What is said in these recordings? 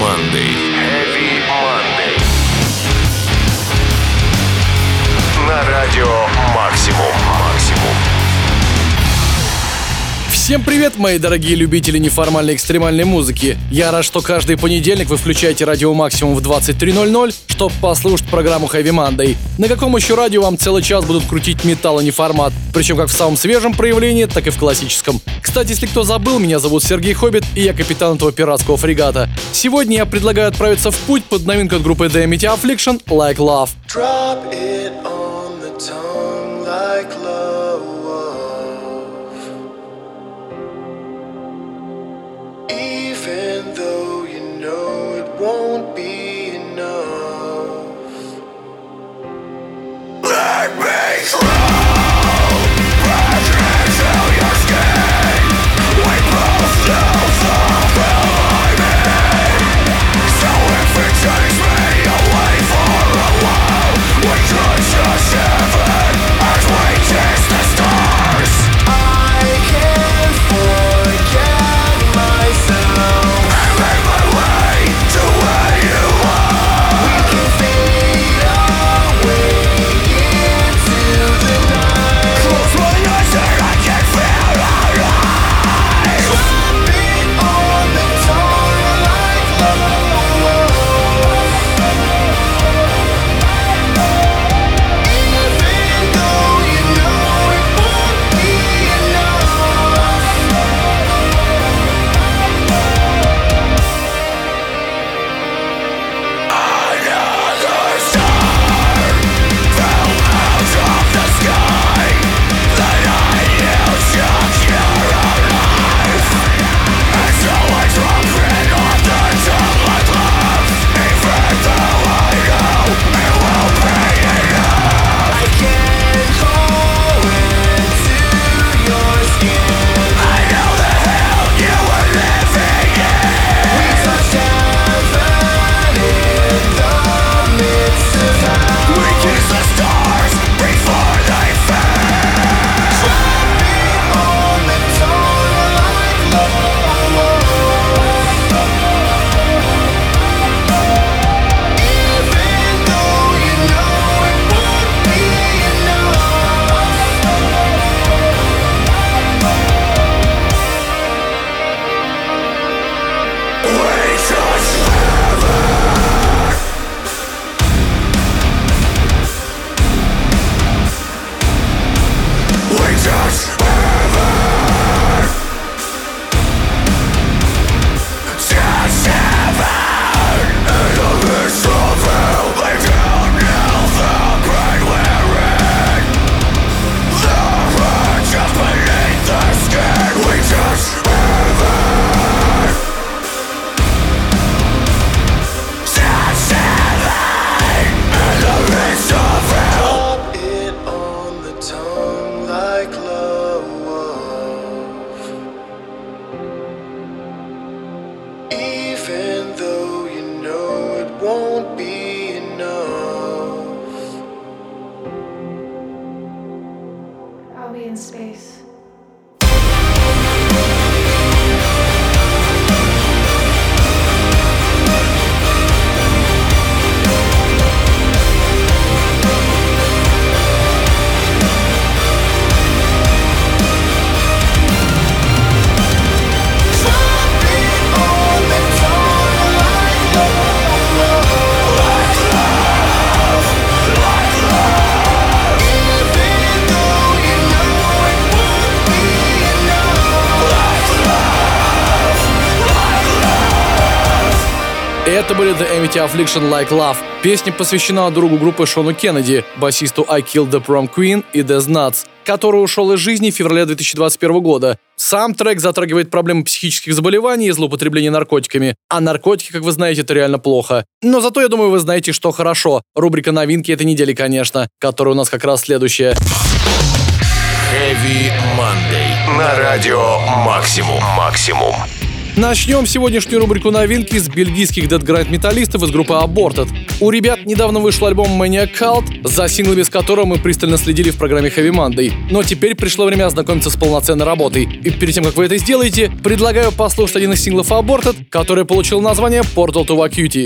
Monday. Heavy Monday. На радио Максимум. Всем привет, мои дорогие любители неформальной экстремальной музыки. Я рад, что каждый понедельник вы включаете радио Максимум в 23:00, чтобы послушать программу Heavy Monday. На каком еще радио вам целый час будут крутить металл и неформат, причем как в самом свежем проявлении, так и в классическом. Кстати, если кто забыл, меня зовут Сергей Хоббит, и я капитан этого пиратского фрегата. Сегодня я предлагаю отправиться в путь под новинку от группы The Amity Affliction Like Love. Drop it on the tongue like love. Even though you know it won't be enough. Let me through, break into your skin. We both know the feeling I'm in. So if it takes me away for a while, we could just heaven as we chase the stars. I can't forget myself. I made my way to where you are. We can fade away into the night. Close my eyes and I can feel our eyes. Drop it on the tongue like love. Even though you know it won't be enough. Another star fell out of the sky. The night you shook your life. And so I drop it on the tongue like love. Even though I know it won't be enough. I can't go into your skin. I know the hell you were living in. We touched heaven in the midst of hell. We kiss the stars before they fell. Drop it on the tongue like love. Even though you know it won't be enough. We touch heaven. We touch heaven. Touch heaven. In the midst of hell, lay down now the pain we're in. The hurt just beneath the skin. We touch heaven. Touch heaven. In the midst of hell. Drop it on the tongue like love. Even though you know it won't be enough. I'll be in space. Drop it on the tongue like love. Like love. Like love. Even though you know it won't be enough. Like love. Like love. Это были The Amity Affliction Like Love. Песня посвящена другу группы Шону Кеннеди, басисту I Killed the Prom Queen и Death Nuts, который ушел из жизни в феврале 2021 года. Сам трек затрагивает проблемы психических заболеваний и злоупотребления наркотиками. А наркотики, как вы знаете, это реально плохо. Но зато, я думаю, вы знаете, что хорошо. Рубрика новинки этой недели, конечно, которая у нас как раз следующая. Heavy Monday. На радио Максимум. Начнем сегодняшнюю рубрику новинки с бельгийских дэт-грайнд-металлистов из группы Aborted. У ребят недавно вышел альбом Maniac Cult, за синглами с которого мы пристально следили в программе Heavy Monday. Но теперь пришло время ознакомиться с полноценной работой. И перед тем, как вы это сделаете, предлагаю послушать один из синглов Aborted, который получил название Portal to Vacuity.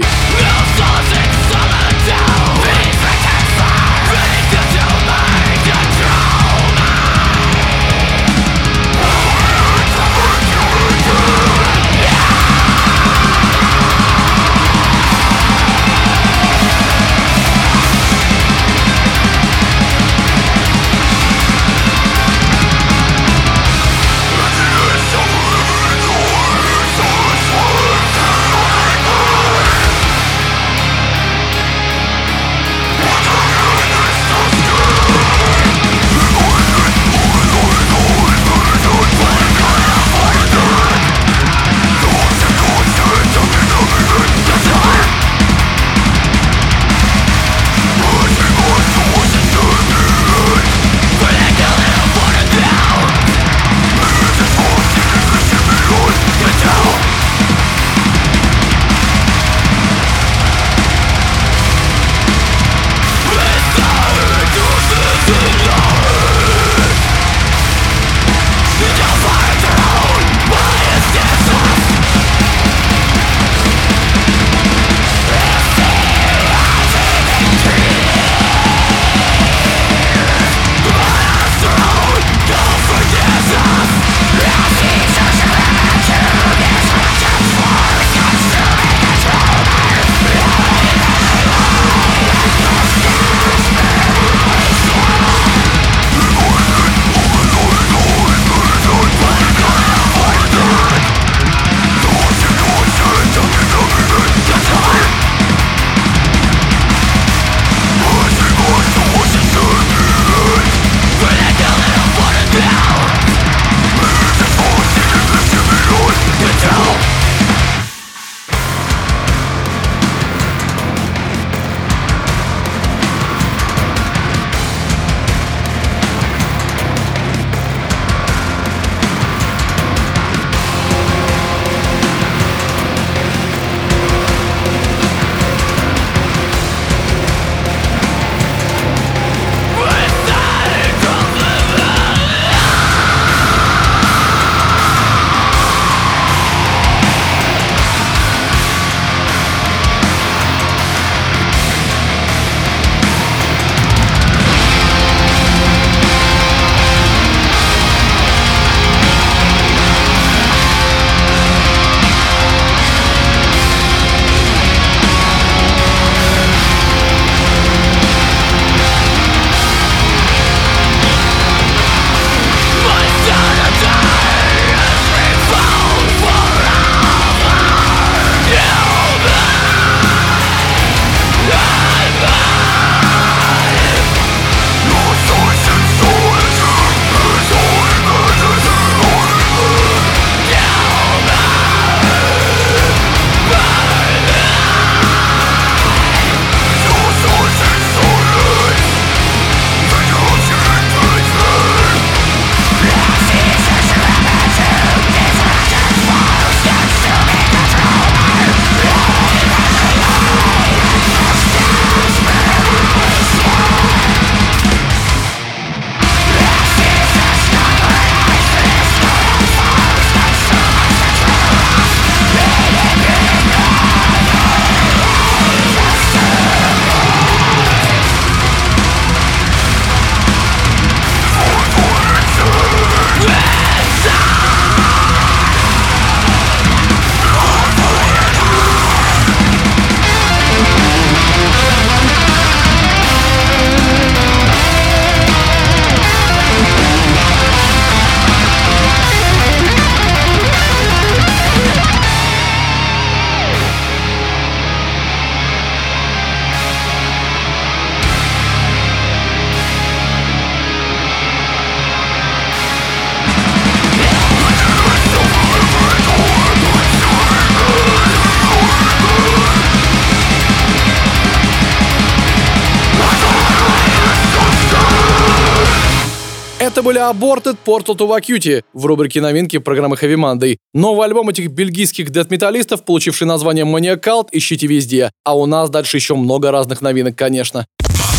Это были Aborted Portal to Vacuity в рубрике новинки программы Heavy Monday. Новый альбом этих бельгийских дэт-металлистов, получивший название Maniac Cult, ищите везде. А у нас дальше еще много разных новинок, конечно.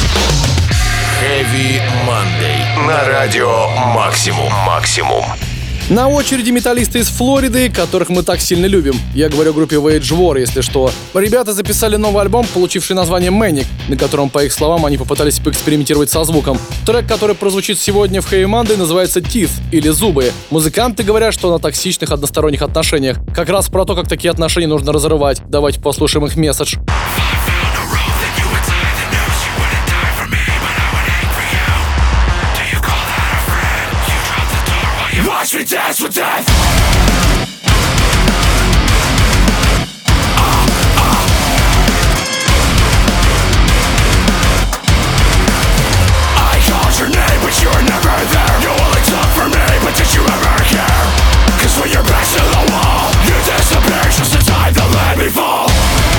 Heavy Monday. На радио Максимум. На очереди металлисты из Флориды, которых мы так сильно любим. Я говорю о группе Wage War, если что. Ребята записали новый альбом, получивший название Manic, на котором, по их словам, они попытались поэкспериментировать со звуком. Трек, который прозвучит сегодня в Heavy Monday, называется Teeth, или Зубы. Музыканты говорят, что на токсичных односторонних отношениях. Как раз про то, как такие отношения нужно разрывать. Давайте послушаем их месседж. Watch me dance with death. I called your name, but you were never there. You only talk for me, but did you ever care? 'Cause when your back's to the wall, you disappear just in time to let me fall.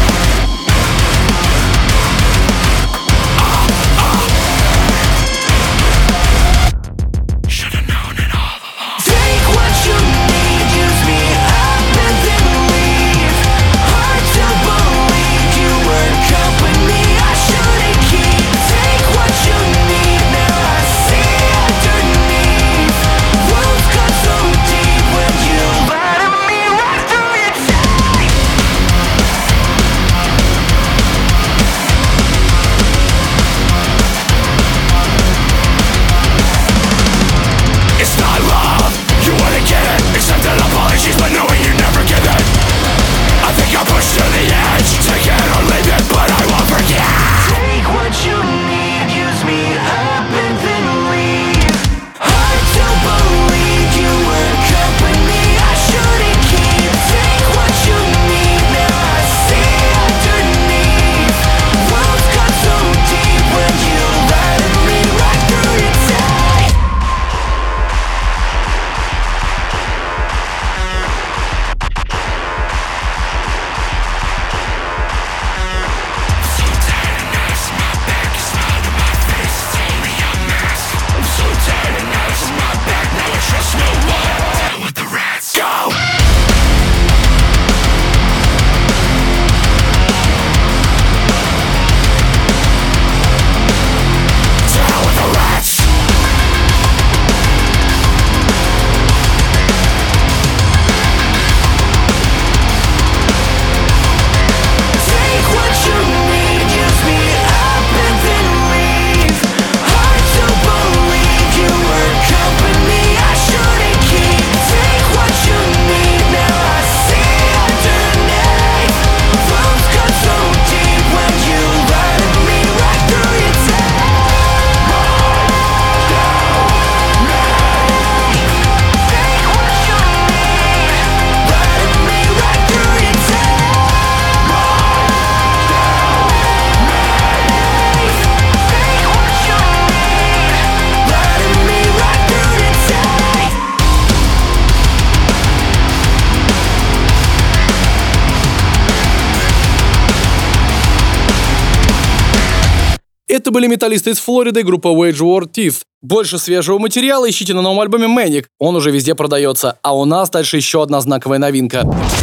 But knowing you never get it, I think I pushed to the edge. Take it or leave it, but I won't forget. Take what you need, use me up and then leave. Hard to believe you were company I shouldn't keep. Take what you need, now I see underneath. Wounds cut so deep when you let me right through your day. Это были металлисты из Флориды, группа Wage War Teeth. Больше свежего материала ищите на новом альбоме Manic. Он уже везде продается. А у нас дальше еще одна знаковая новинка.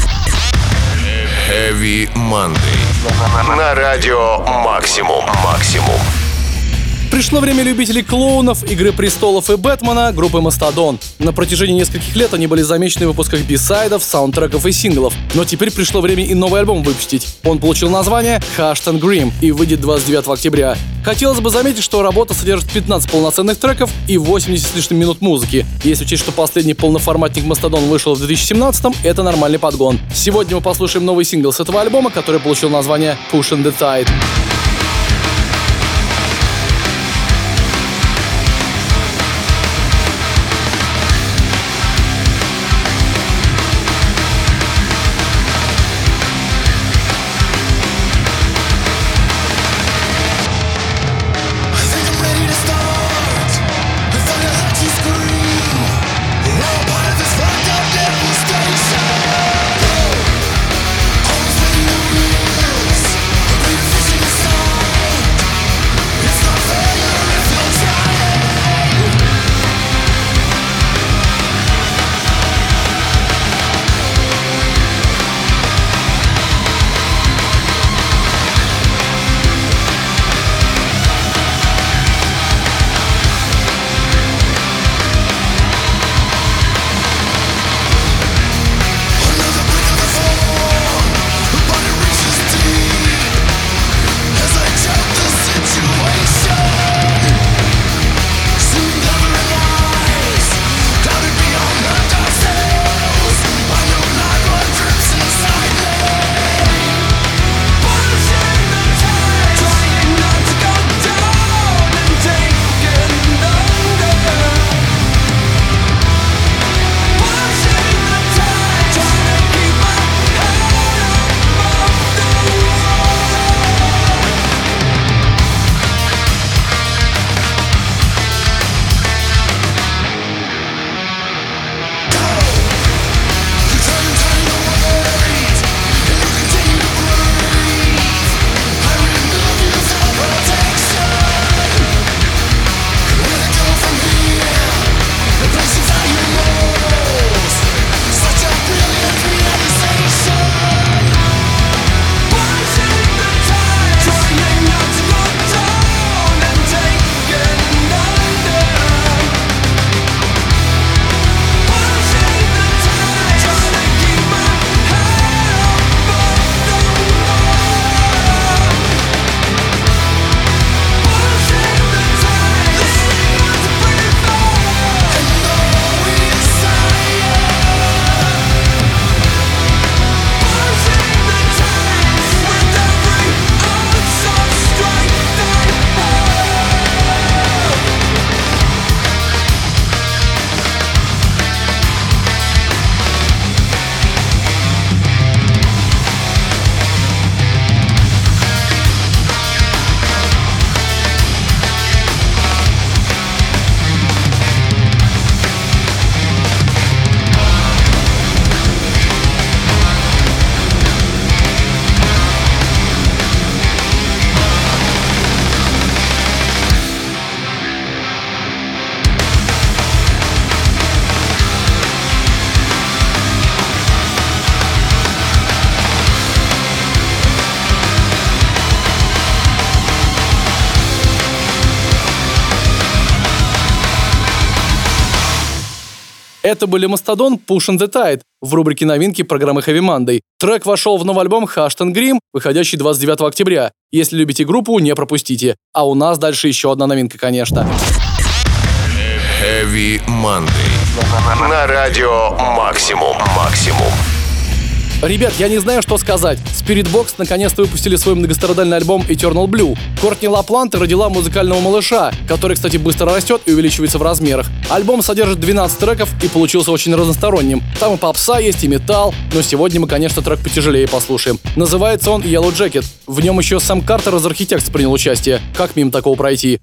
Heavy Monday. На радио Максимум. Пришло время любителей клоунов, Игры престолов и Бэтмена, группы Mastodon. На протяжении нескольких лет они были замечены в выпусках би-сайдов, саундтреков и синглов. Но теперь пришло время и новый альбом выпустить. Он получил название Hushed and Grim и выйдет 29 октября. Хотелось бы заметить, что работа содержит 15 полноценных треков и 80 с лишним минут музыки. Если учесть, что последний полноформатник Mastodon вышел в 2017-м, это нормальный подгон. Сегодня мы послушаем новый сингл с этого альбома, который получил название Pushing the Tide. Always when you lose, I'll be the fish in the sun. Это были Mastodon «Pushing the Tide» в рубрике новинки программы Heavy Monday. Трек вошел в новый альбом Hushed and Grim, выходящий 29 октября. Если любите группу, не пропустите. А у нас дальше еще одна новинка, конечно. Heavy Monday. На радио Максимум. Ребят, я не знаю, что сказать. Spiritbox наконец-то выпустили свой многострадальный альбом Eternal Blue. Кортни Лапланте родила музыкального малыша, который, кстати, быстро растет и увеличивается в размерах. Альбом содержит 12 треков и получился очень разносторонним. Там и попса есть, и металл, но сегодня мы, конечно, трек потяжелее послушаем. Называется он Yellow Jacket. В нем еще Сэм Картер из Architects принял участие. Как мимо такого пройти?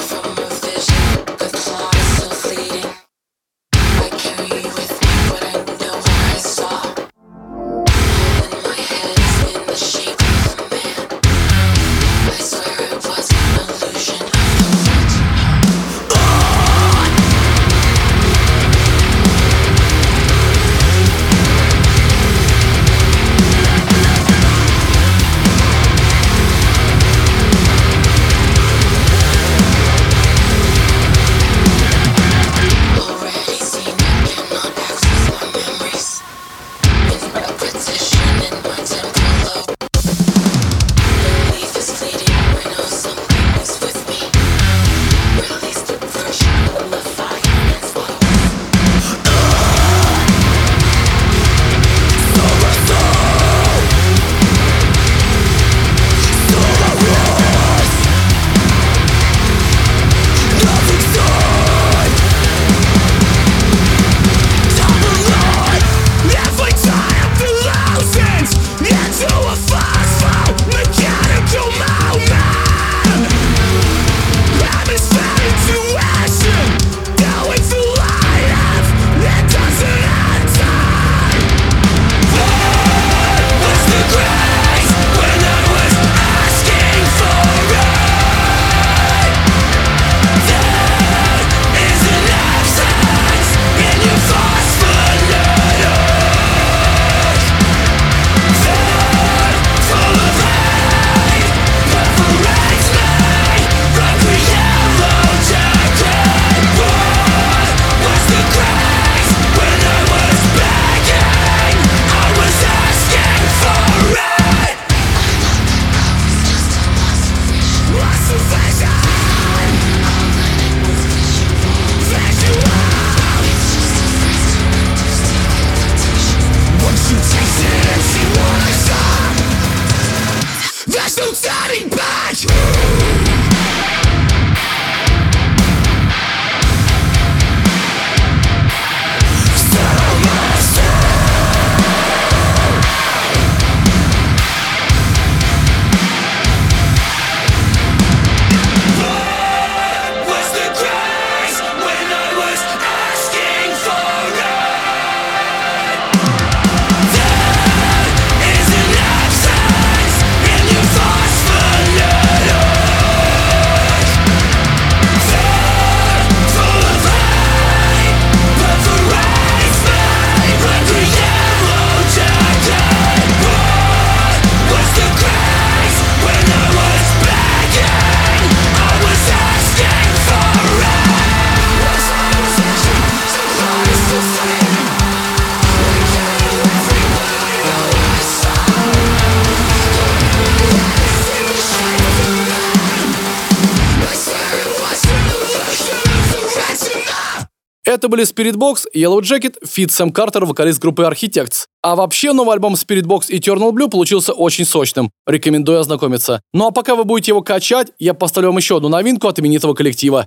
Это были Spiritbox, Yellow Jacket, фит Сэм Картер, вокалист группы Architects. А вообще новый альбом Spiritbox Eternal Blue получился очень сочным. Рекомендую ознакомиться. Ну а пока вы будете его качать, я поставлю вам еще одну новинку от именитого коллектива.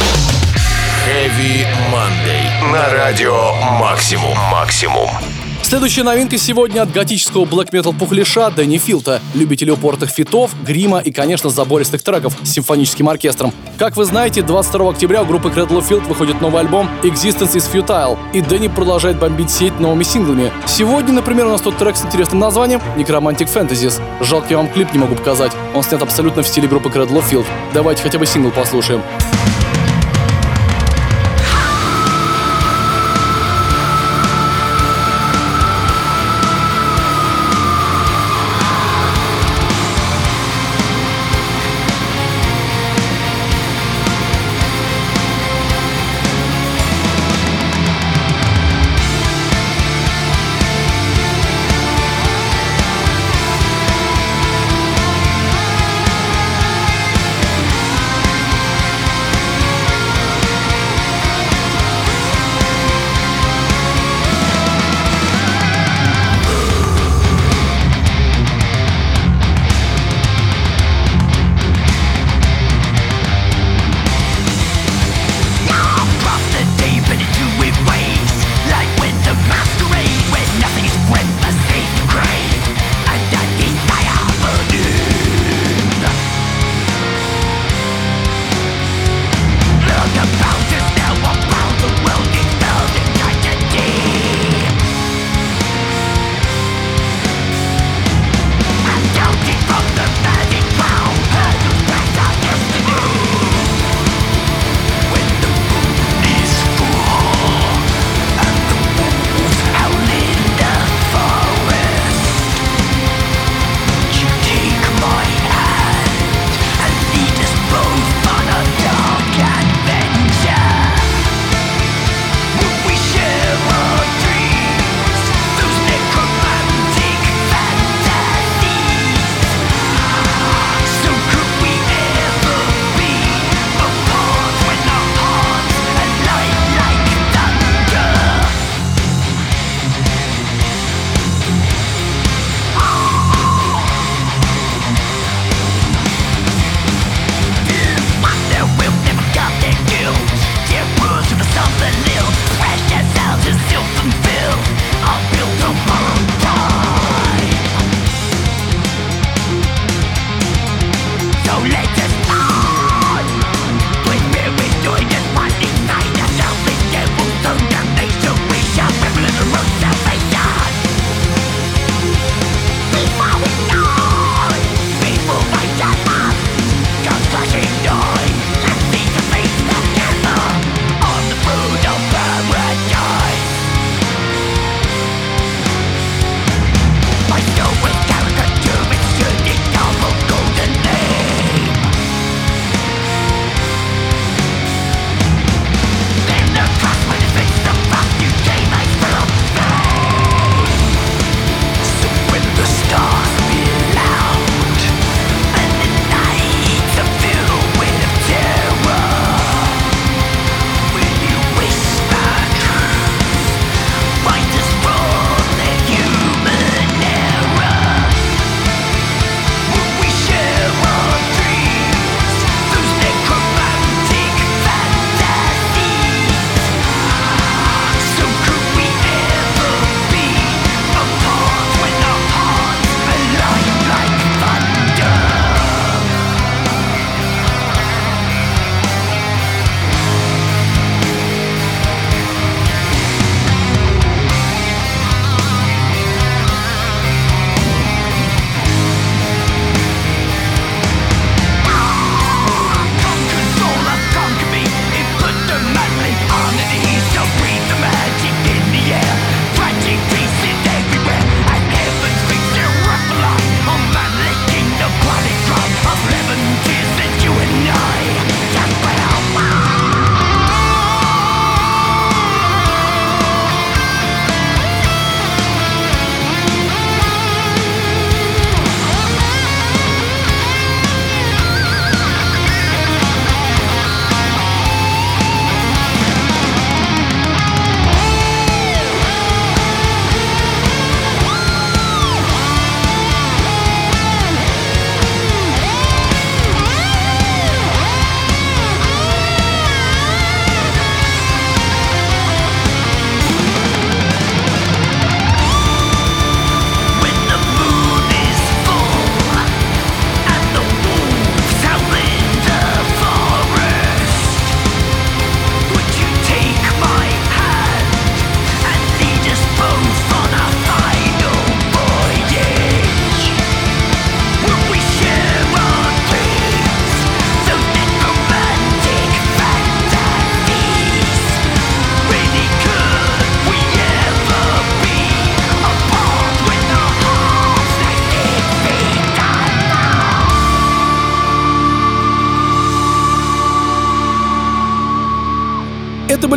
Heavy Monday. На радио Максимум. Следующая новинка сегодня от готического блэк-метал пухляша Дэнни Филта, любителя упортых фитов, грима и, конечно, забористых треков с симфоническим оркестром. Как вы знаете, 22 октября у группы Cradle of Filth выходит новый альбом Existence is Futile, и Дэнни продолжает бомбить сеть новыми синглами. Сегодня, например, у нас тут трек с интересным названием Necromantic Fantasies. Жалко, я вам клип не могу показать, он снят абсолютно в стиле группы Cradle of Filth. Давайте хотя бы сингл послушаем.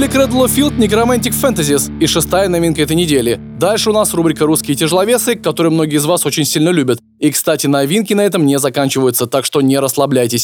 были Cradle of Filth, Necromantic Fantasies и 6-я новинка этой недели. Дальше у нас рубрика «Русские тяжеловесы», которые многие из вас очень сильно любят. И, кстати, новинки на этом не заканчиваются, так что не расслабляйтесь.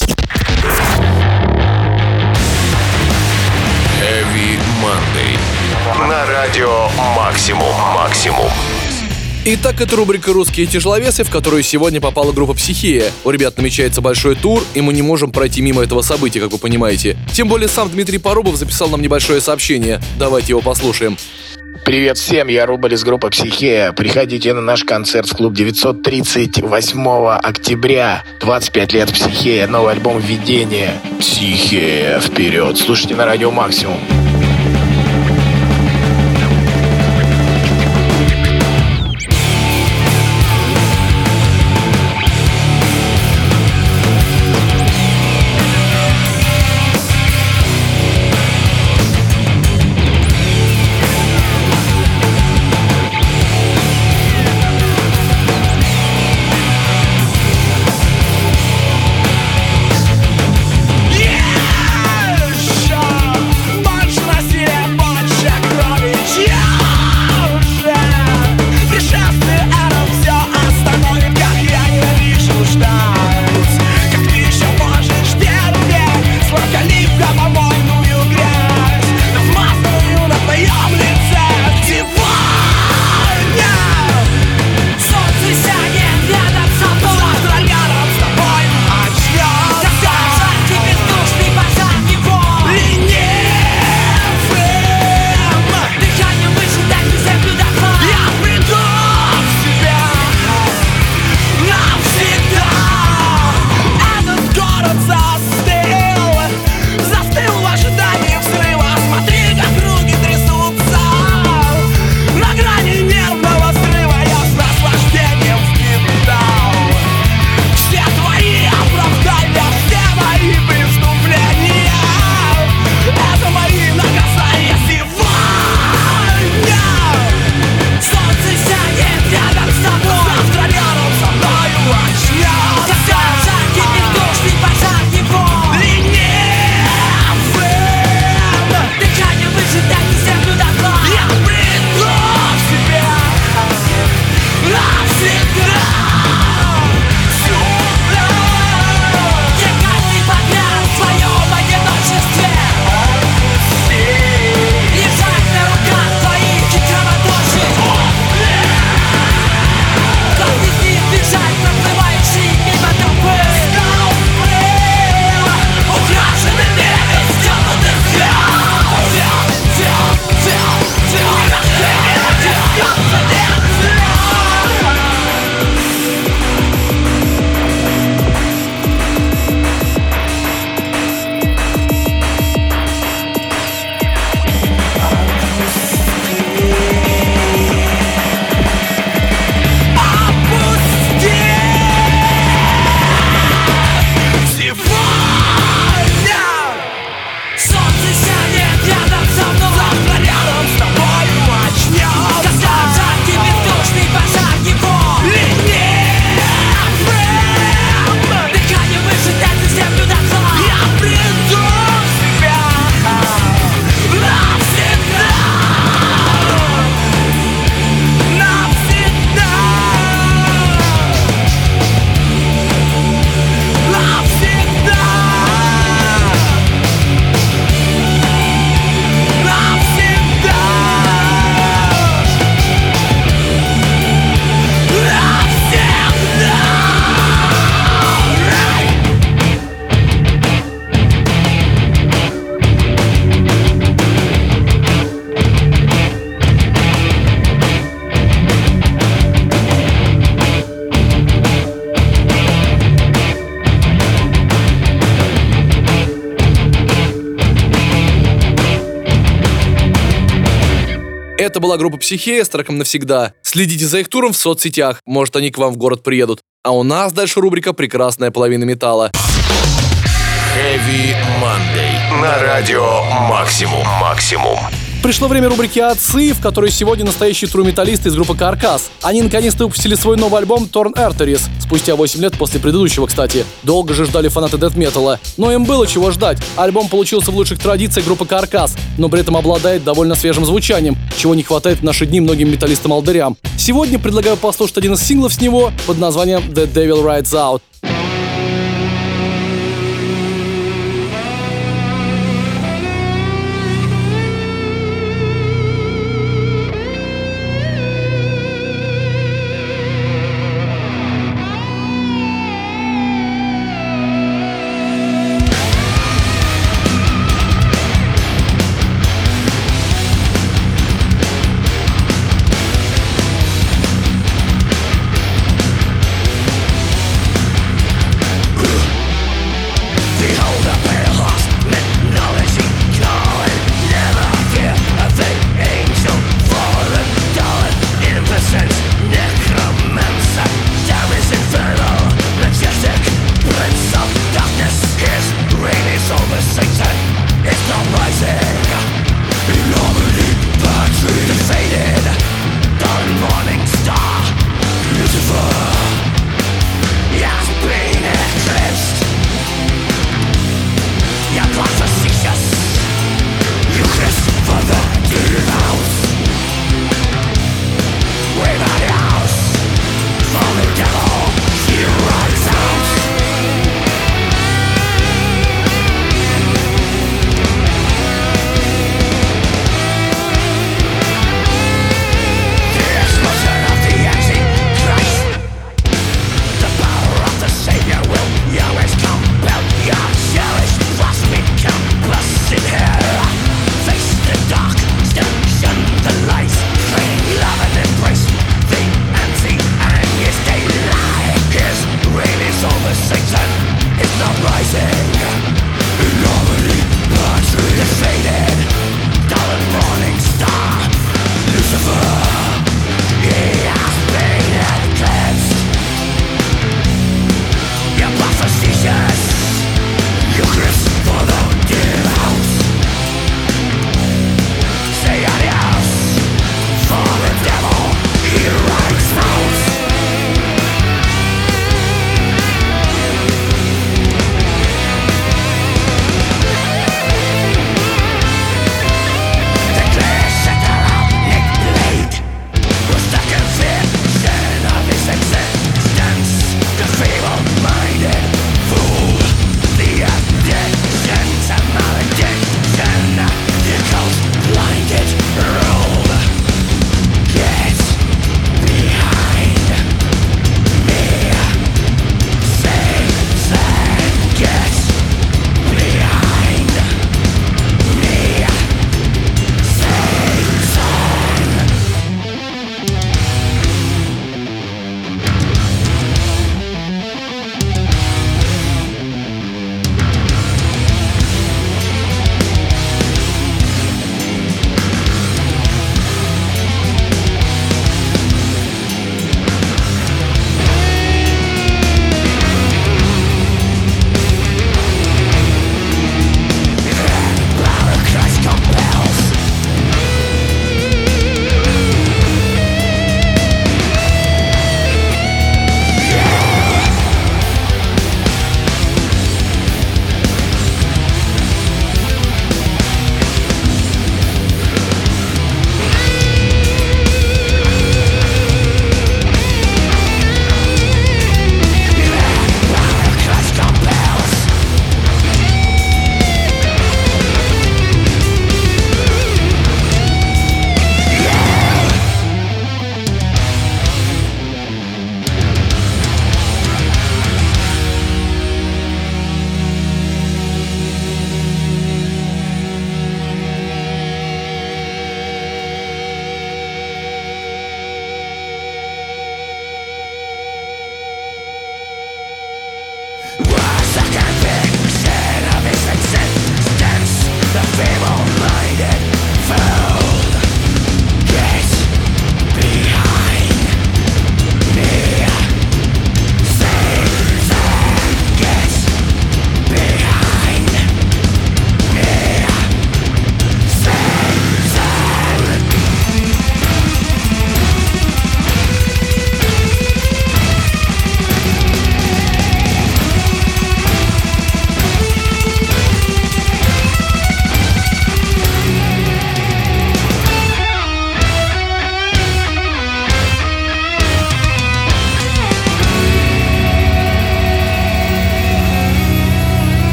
Heavy Monday. На радио Максимум. Итак, это рубрика «Русские тяжеловесы», в которую сегодня попала группа «Психея». У ребят намечается большой тур, и мы не можем пройти мимо этого события, как вы понимаете. Тем более сам Дмитрий Порубов записал нам небольшое сообщение. Давайте его послушаем. Привет всем, я Рубль из группы «Психея». Приходите на наш концерт в клуб 930 8 октября. 25 лет «Психея», новый альбом «Введение». «Психея» вперед. Слушайте на радио Максимум. Это была группа «Психея» с треком «Навсегда». Следите за их туром в соцсетях, может они к вам в город приедут. А у нас дальше рубрика «Прекрасная половина металла». Heavy Monday. На радио Максимум. Пришло время рубрики «Отцы», в которой сегодня настоящие тру-металлисты из группы «Каркас». Они наконец-то выпустили свой новый альбом «Torn Arteries», спустя 8 лет после предыдущего, кстати. Долго же ждали фанаты дэт-металла. Но им было чего ждать. Альбом получился в лучших традициях группы «Каркас», но при этом обладает довольно свежим звучанием, чего не хватает в наши дни многим металлистам-алдырям. Сегодня предлагаю послушать один из синглов с него под названием «The Devil Rides Out».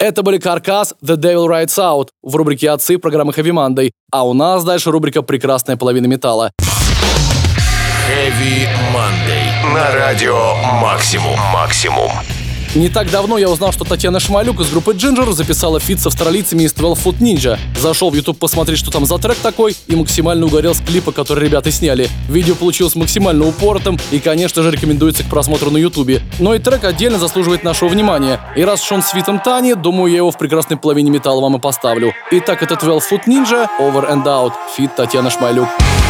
Это были Каркас, The Devil Rides Out в рубрике «Отцы» программы Heavy Monday. А у нас дальше рубрика «Прекрасная половина металла». Heavy Monday. На радио Максимум. Не так давно я узнал, что Татьяна Шмалюк из группы Ginger записала фит с австралийцами из 12 Foot Ninja. Зашел в YouTube посмотреть, что там за трек такой, и максимально угорел с клипа, который ребята сняли. Видео получилось максимально упоротым и, конечно же, рекомендуется к просмотру на YouTube. Но и трек отдельно заслуживает нашего внимания. И раз уж он с фитом Тани, думаю, я его в прекрасной половине металла вам и поставлю. Итак, это 12 Foot Ninja, Over and Out, фит Татьяна Шмалюк.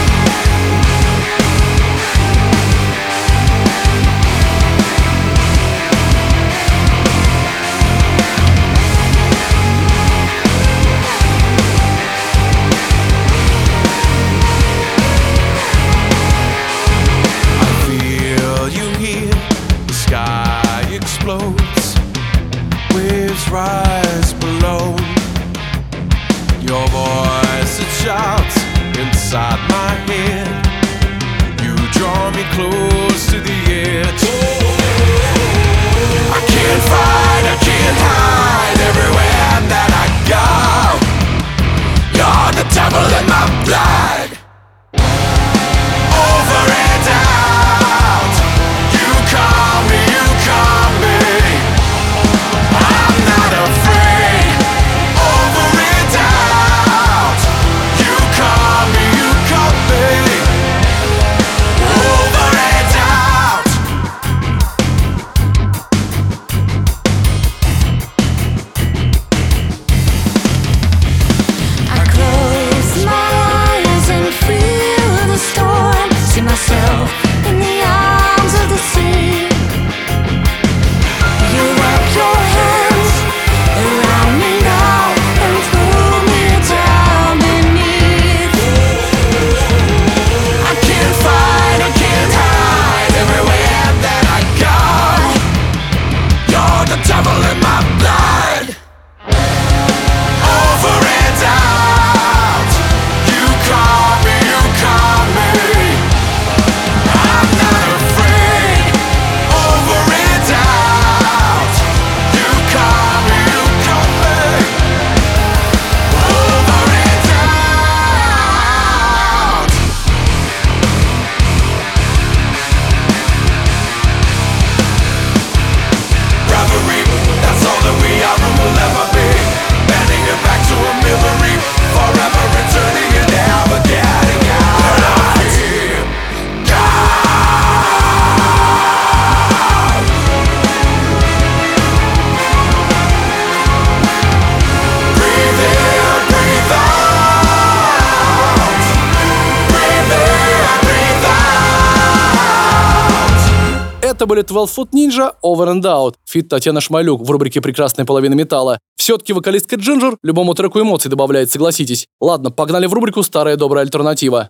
Rise below. Your voice, it shouts inside my head. You draw me close to the edge. I can't fight, I can't hide. Everywhere that I go, you're the devil in my blood. Over and out. You call me, you call me. I'm not afraid. Over and out. You call me, you call me. Over and out. I close my eyes and feel the storm. See myself in the arms of the sea. You wrap your hands around me now and pull me down beneath. I can't fight, I can't hide. Everywhere that I go, you're the devil in my blood. Over and out. You call me, you call me. I'm not afraid. Over and out. You call me, you call me. Over and out. Reverie, that's all that we are and will ever be. Bending it back to a memory. Forever returning and never getting out of here. Breathe in, breathe out. Breathe in, breathe out. Это были 12 Foot Ninja, Over and Out, фит Татьяна Шмалюк в рубрике «Прекрасная половина металла». Все-таки вокалистка Ginger любому треку эмоций добавляет, согласитесь. Ладно, погнали в рубрику «Старая добрая альтернатива».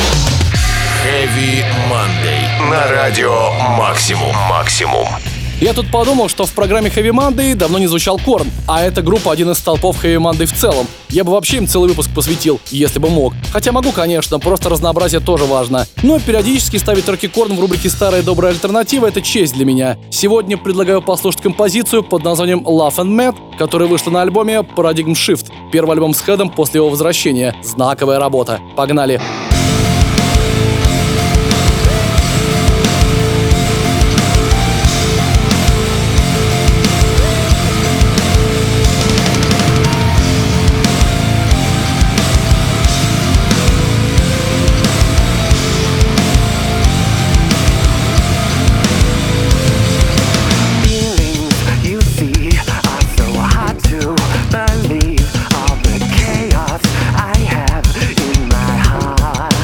Heavy Monday. На радио Максимум. Я тут подумал, что в программе Heavy Monday давно не звучал Korn, а эта группа один из столпов Heavy Monday в целом. Я бы вообще им целый выпуск посвятил, если бы мог. Хотя могу, конечно, просто разнообразие тоже важно. Но периодически ставить треки Korn в рубрике «Старая добрая альтернатива» — это честь для меня. Сегодня предлагаю послушать композицию под названием Love and Mad, которая вышла на альбоме Paradigm Shift. Первый альбом с Хэдом после его возвращения. Знаковая работа. Погнали! Feelings you see are so hard to believe. All the chaos I have in my heart.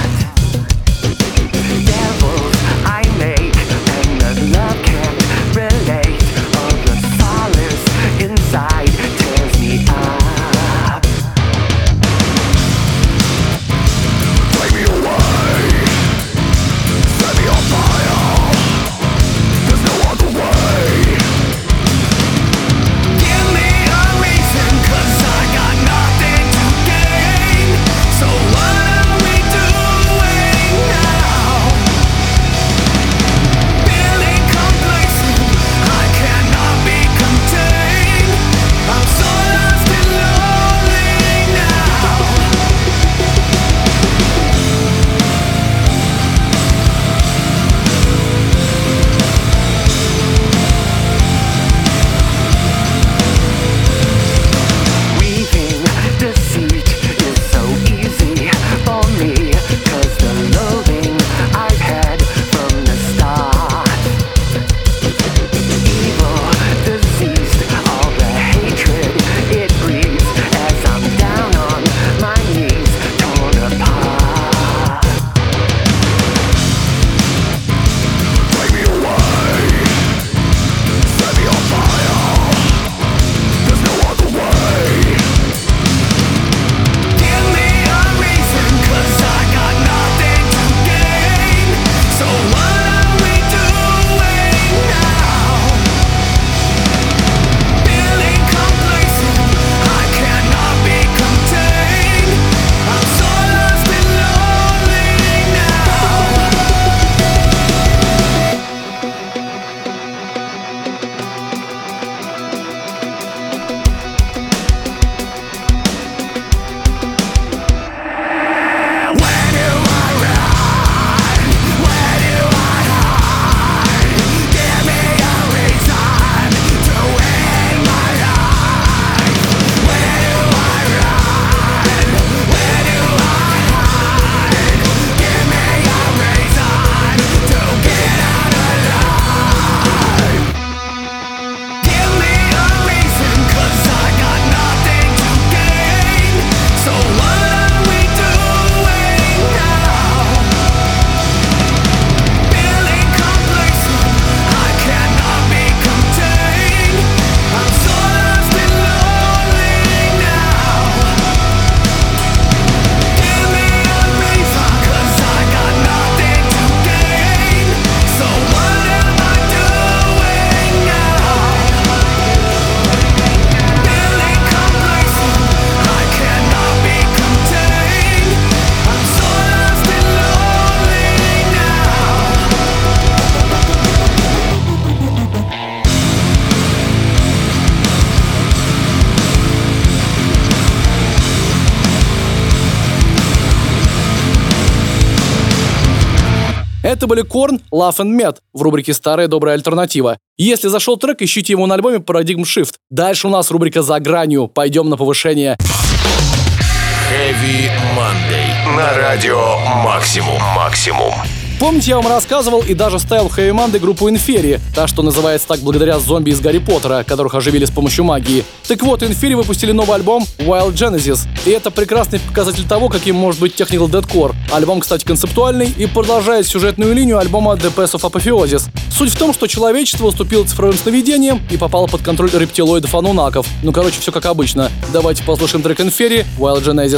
Это были Korn, Love and Med в рубрике «Старая добрая альтернатива». Если зашел трек, ищите его на альбоме Paradigm Shift. Дальше у нас рубрика «За гранью». Пойдем на повышение. Heavy Monday. На радио Максимум. Помните, я вам рассказывал и даже ставил в Heavy Monday группу Inferi, та, что называется так благодаря зомби из Гарри Поттера, которых оживили с помощью магии. Так вот, Inferi выпустили новый альбом Wild Genesis, и это прекрасный показатель того, каким может быть Technical Deathcore. Альбом, кстати, концептуальный и продолжает сюжетную линию альбома The Path of Apotheosis. Суть в том, что человечество уступило цифровым сновидениям и попало под контроль рептилоидов-анунаков. Ну, короче, все как обычно. Давайте послушаем трек Inferi Wild Genesis.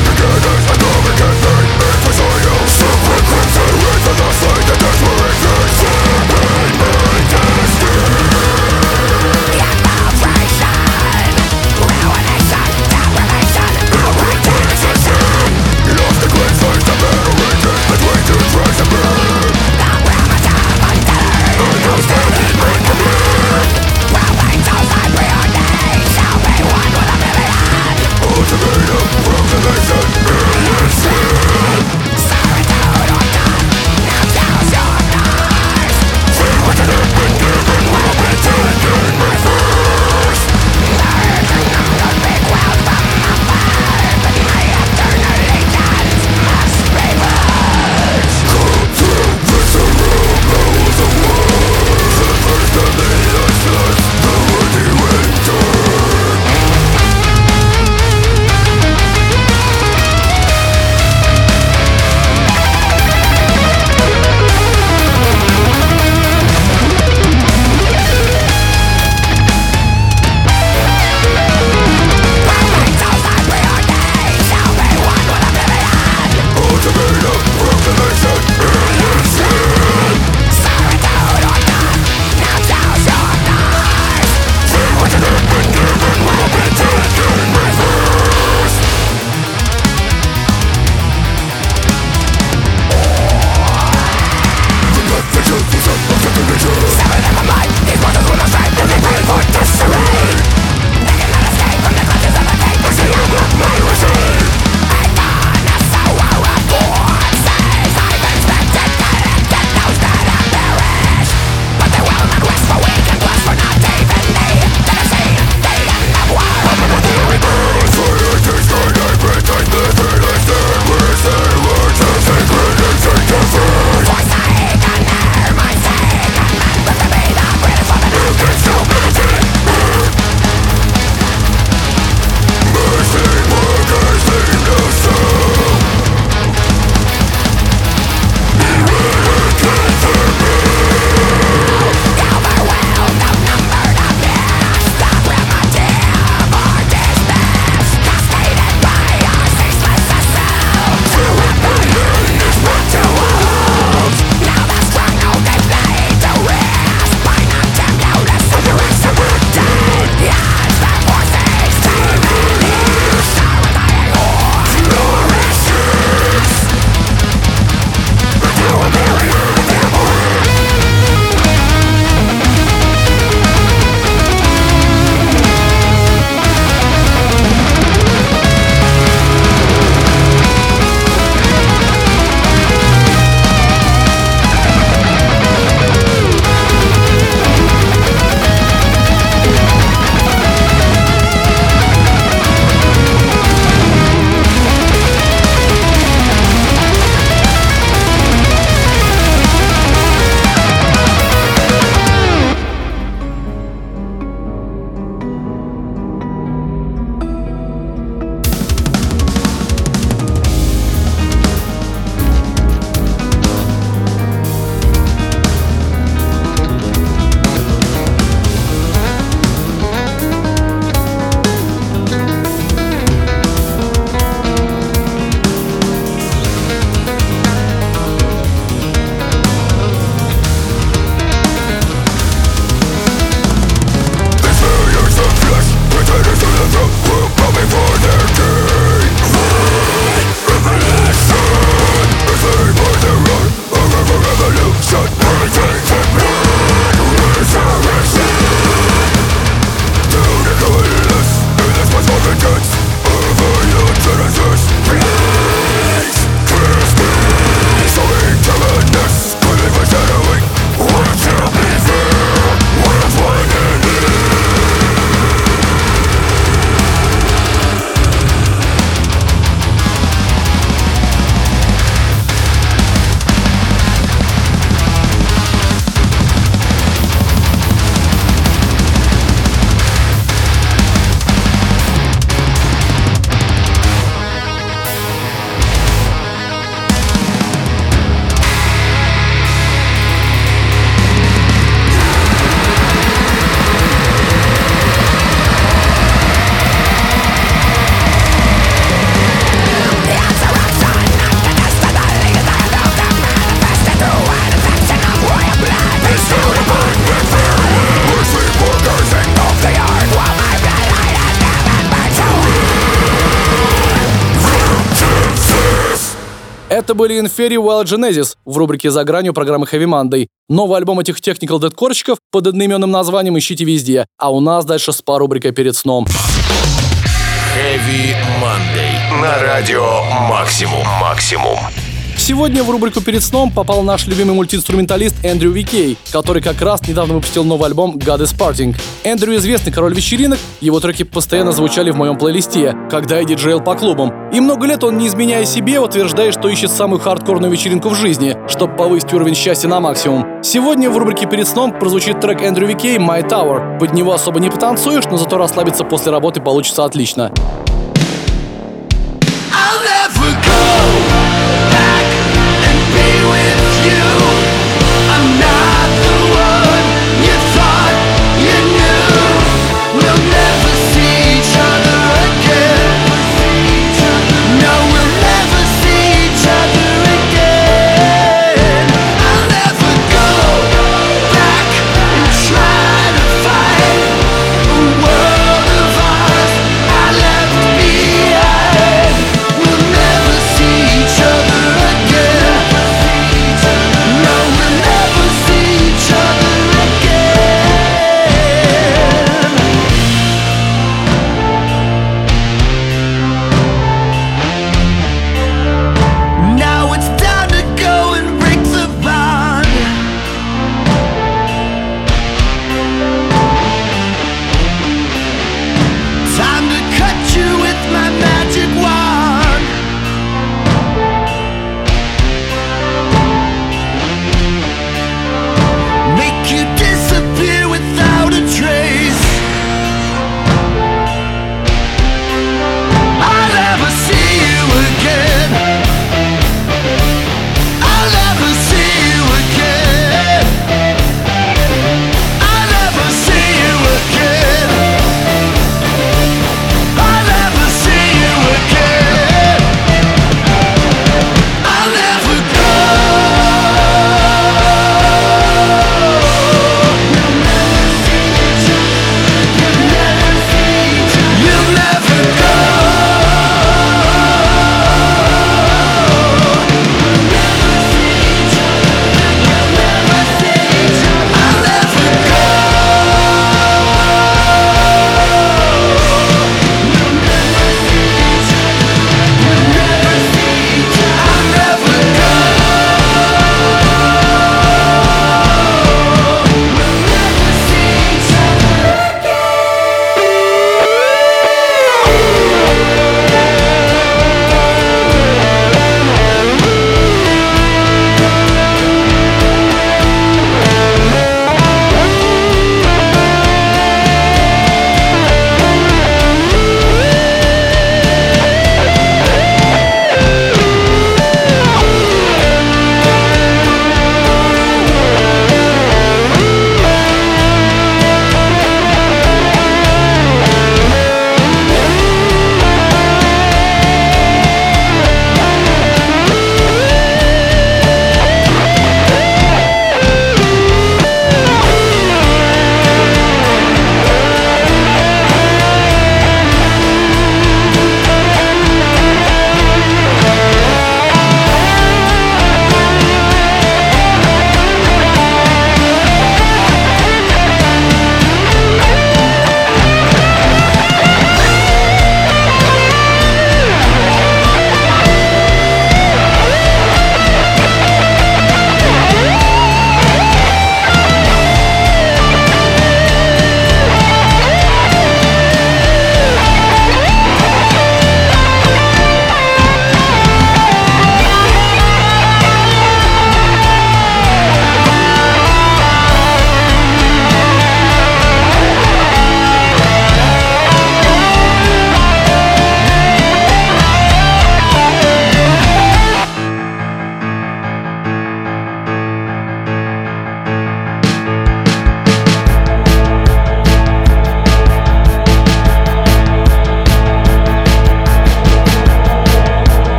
Desperation Это были Inferi Wild Genesis в рубрике «За гранью» программы Heavy Monday. Новый альбом этих Technical Deathcore-щиков под одноименным названием ищите везде. А у нас дальше спа-рубрика перед сном. Heavy Monday на радио Максимум. Сегодня в рубрику «Перед сном» попал наш любимый мультиинструменталист Эндрю Викей, который как раз недавно выпустил новый альбом God is Parting. Эндрю известный король вечеринок, его треки постоянно звучали в моем плейлисте, когда я диджейл по клубам. И много лет он, не изменяя себе, утверждает, что ищет самую хардкорную вечеринку в жизни, чтобы повысить уровень счастья на максимум. Сегодня в рубрике «Перед сном» прозвучит трек Эндрю Викей «My Tower». Под него особо не потанцуешь, но зато расслабиться после работы получится отлично. World of ours, I left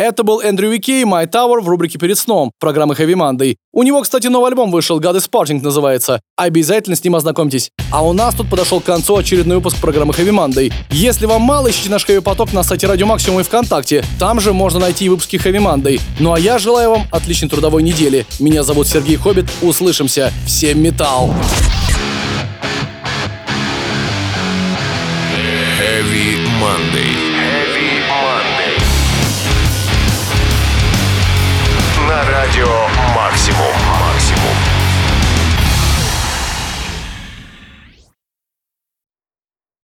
Это был Эндрю Уикей, My Tower в рубрике «Перед сном» программы Heavy Monday. У него, кстати, новый альбом вышел, God is Parting называется. Обязательно с ним ознакомьтесь. А у нас тут подошел к концу очередной выпуск программы Heavy Monday. Если вам мало, ищите наш Heavy Поток на сайте Радио Максимум и ВКонтакте. Там же можно найти и выпуски Heavy Monday. Ну а я желаю вам отличной трудовой недели. Меня зовут Сергей Хоббит. Услышимся. Всем металл! Heavy Monday. Heavy Monday. На радио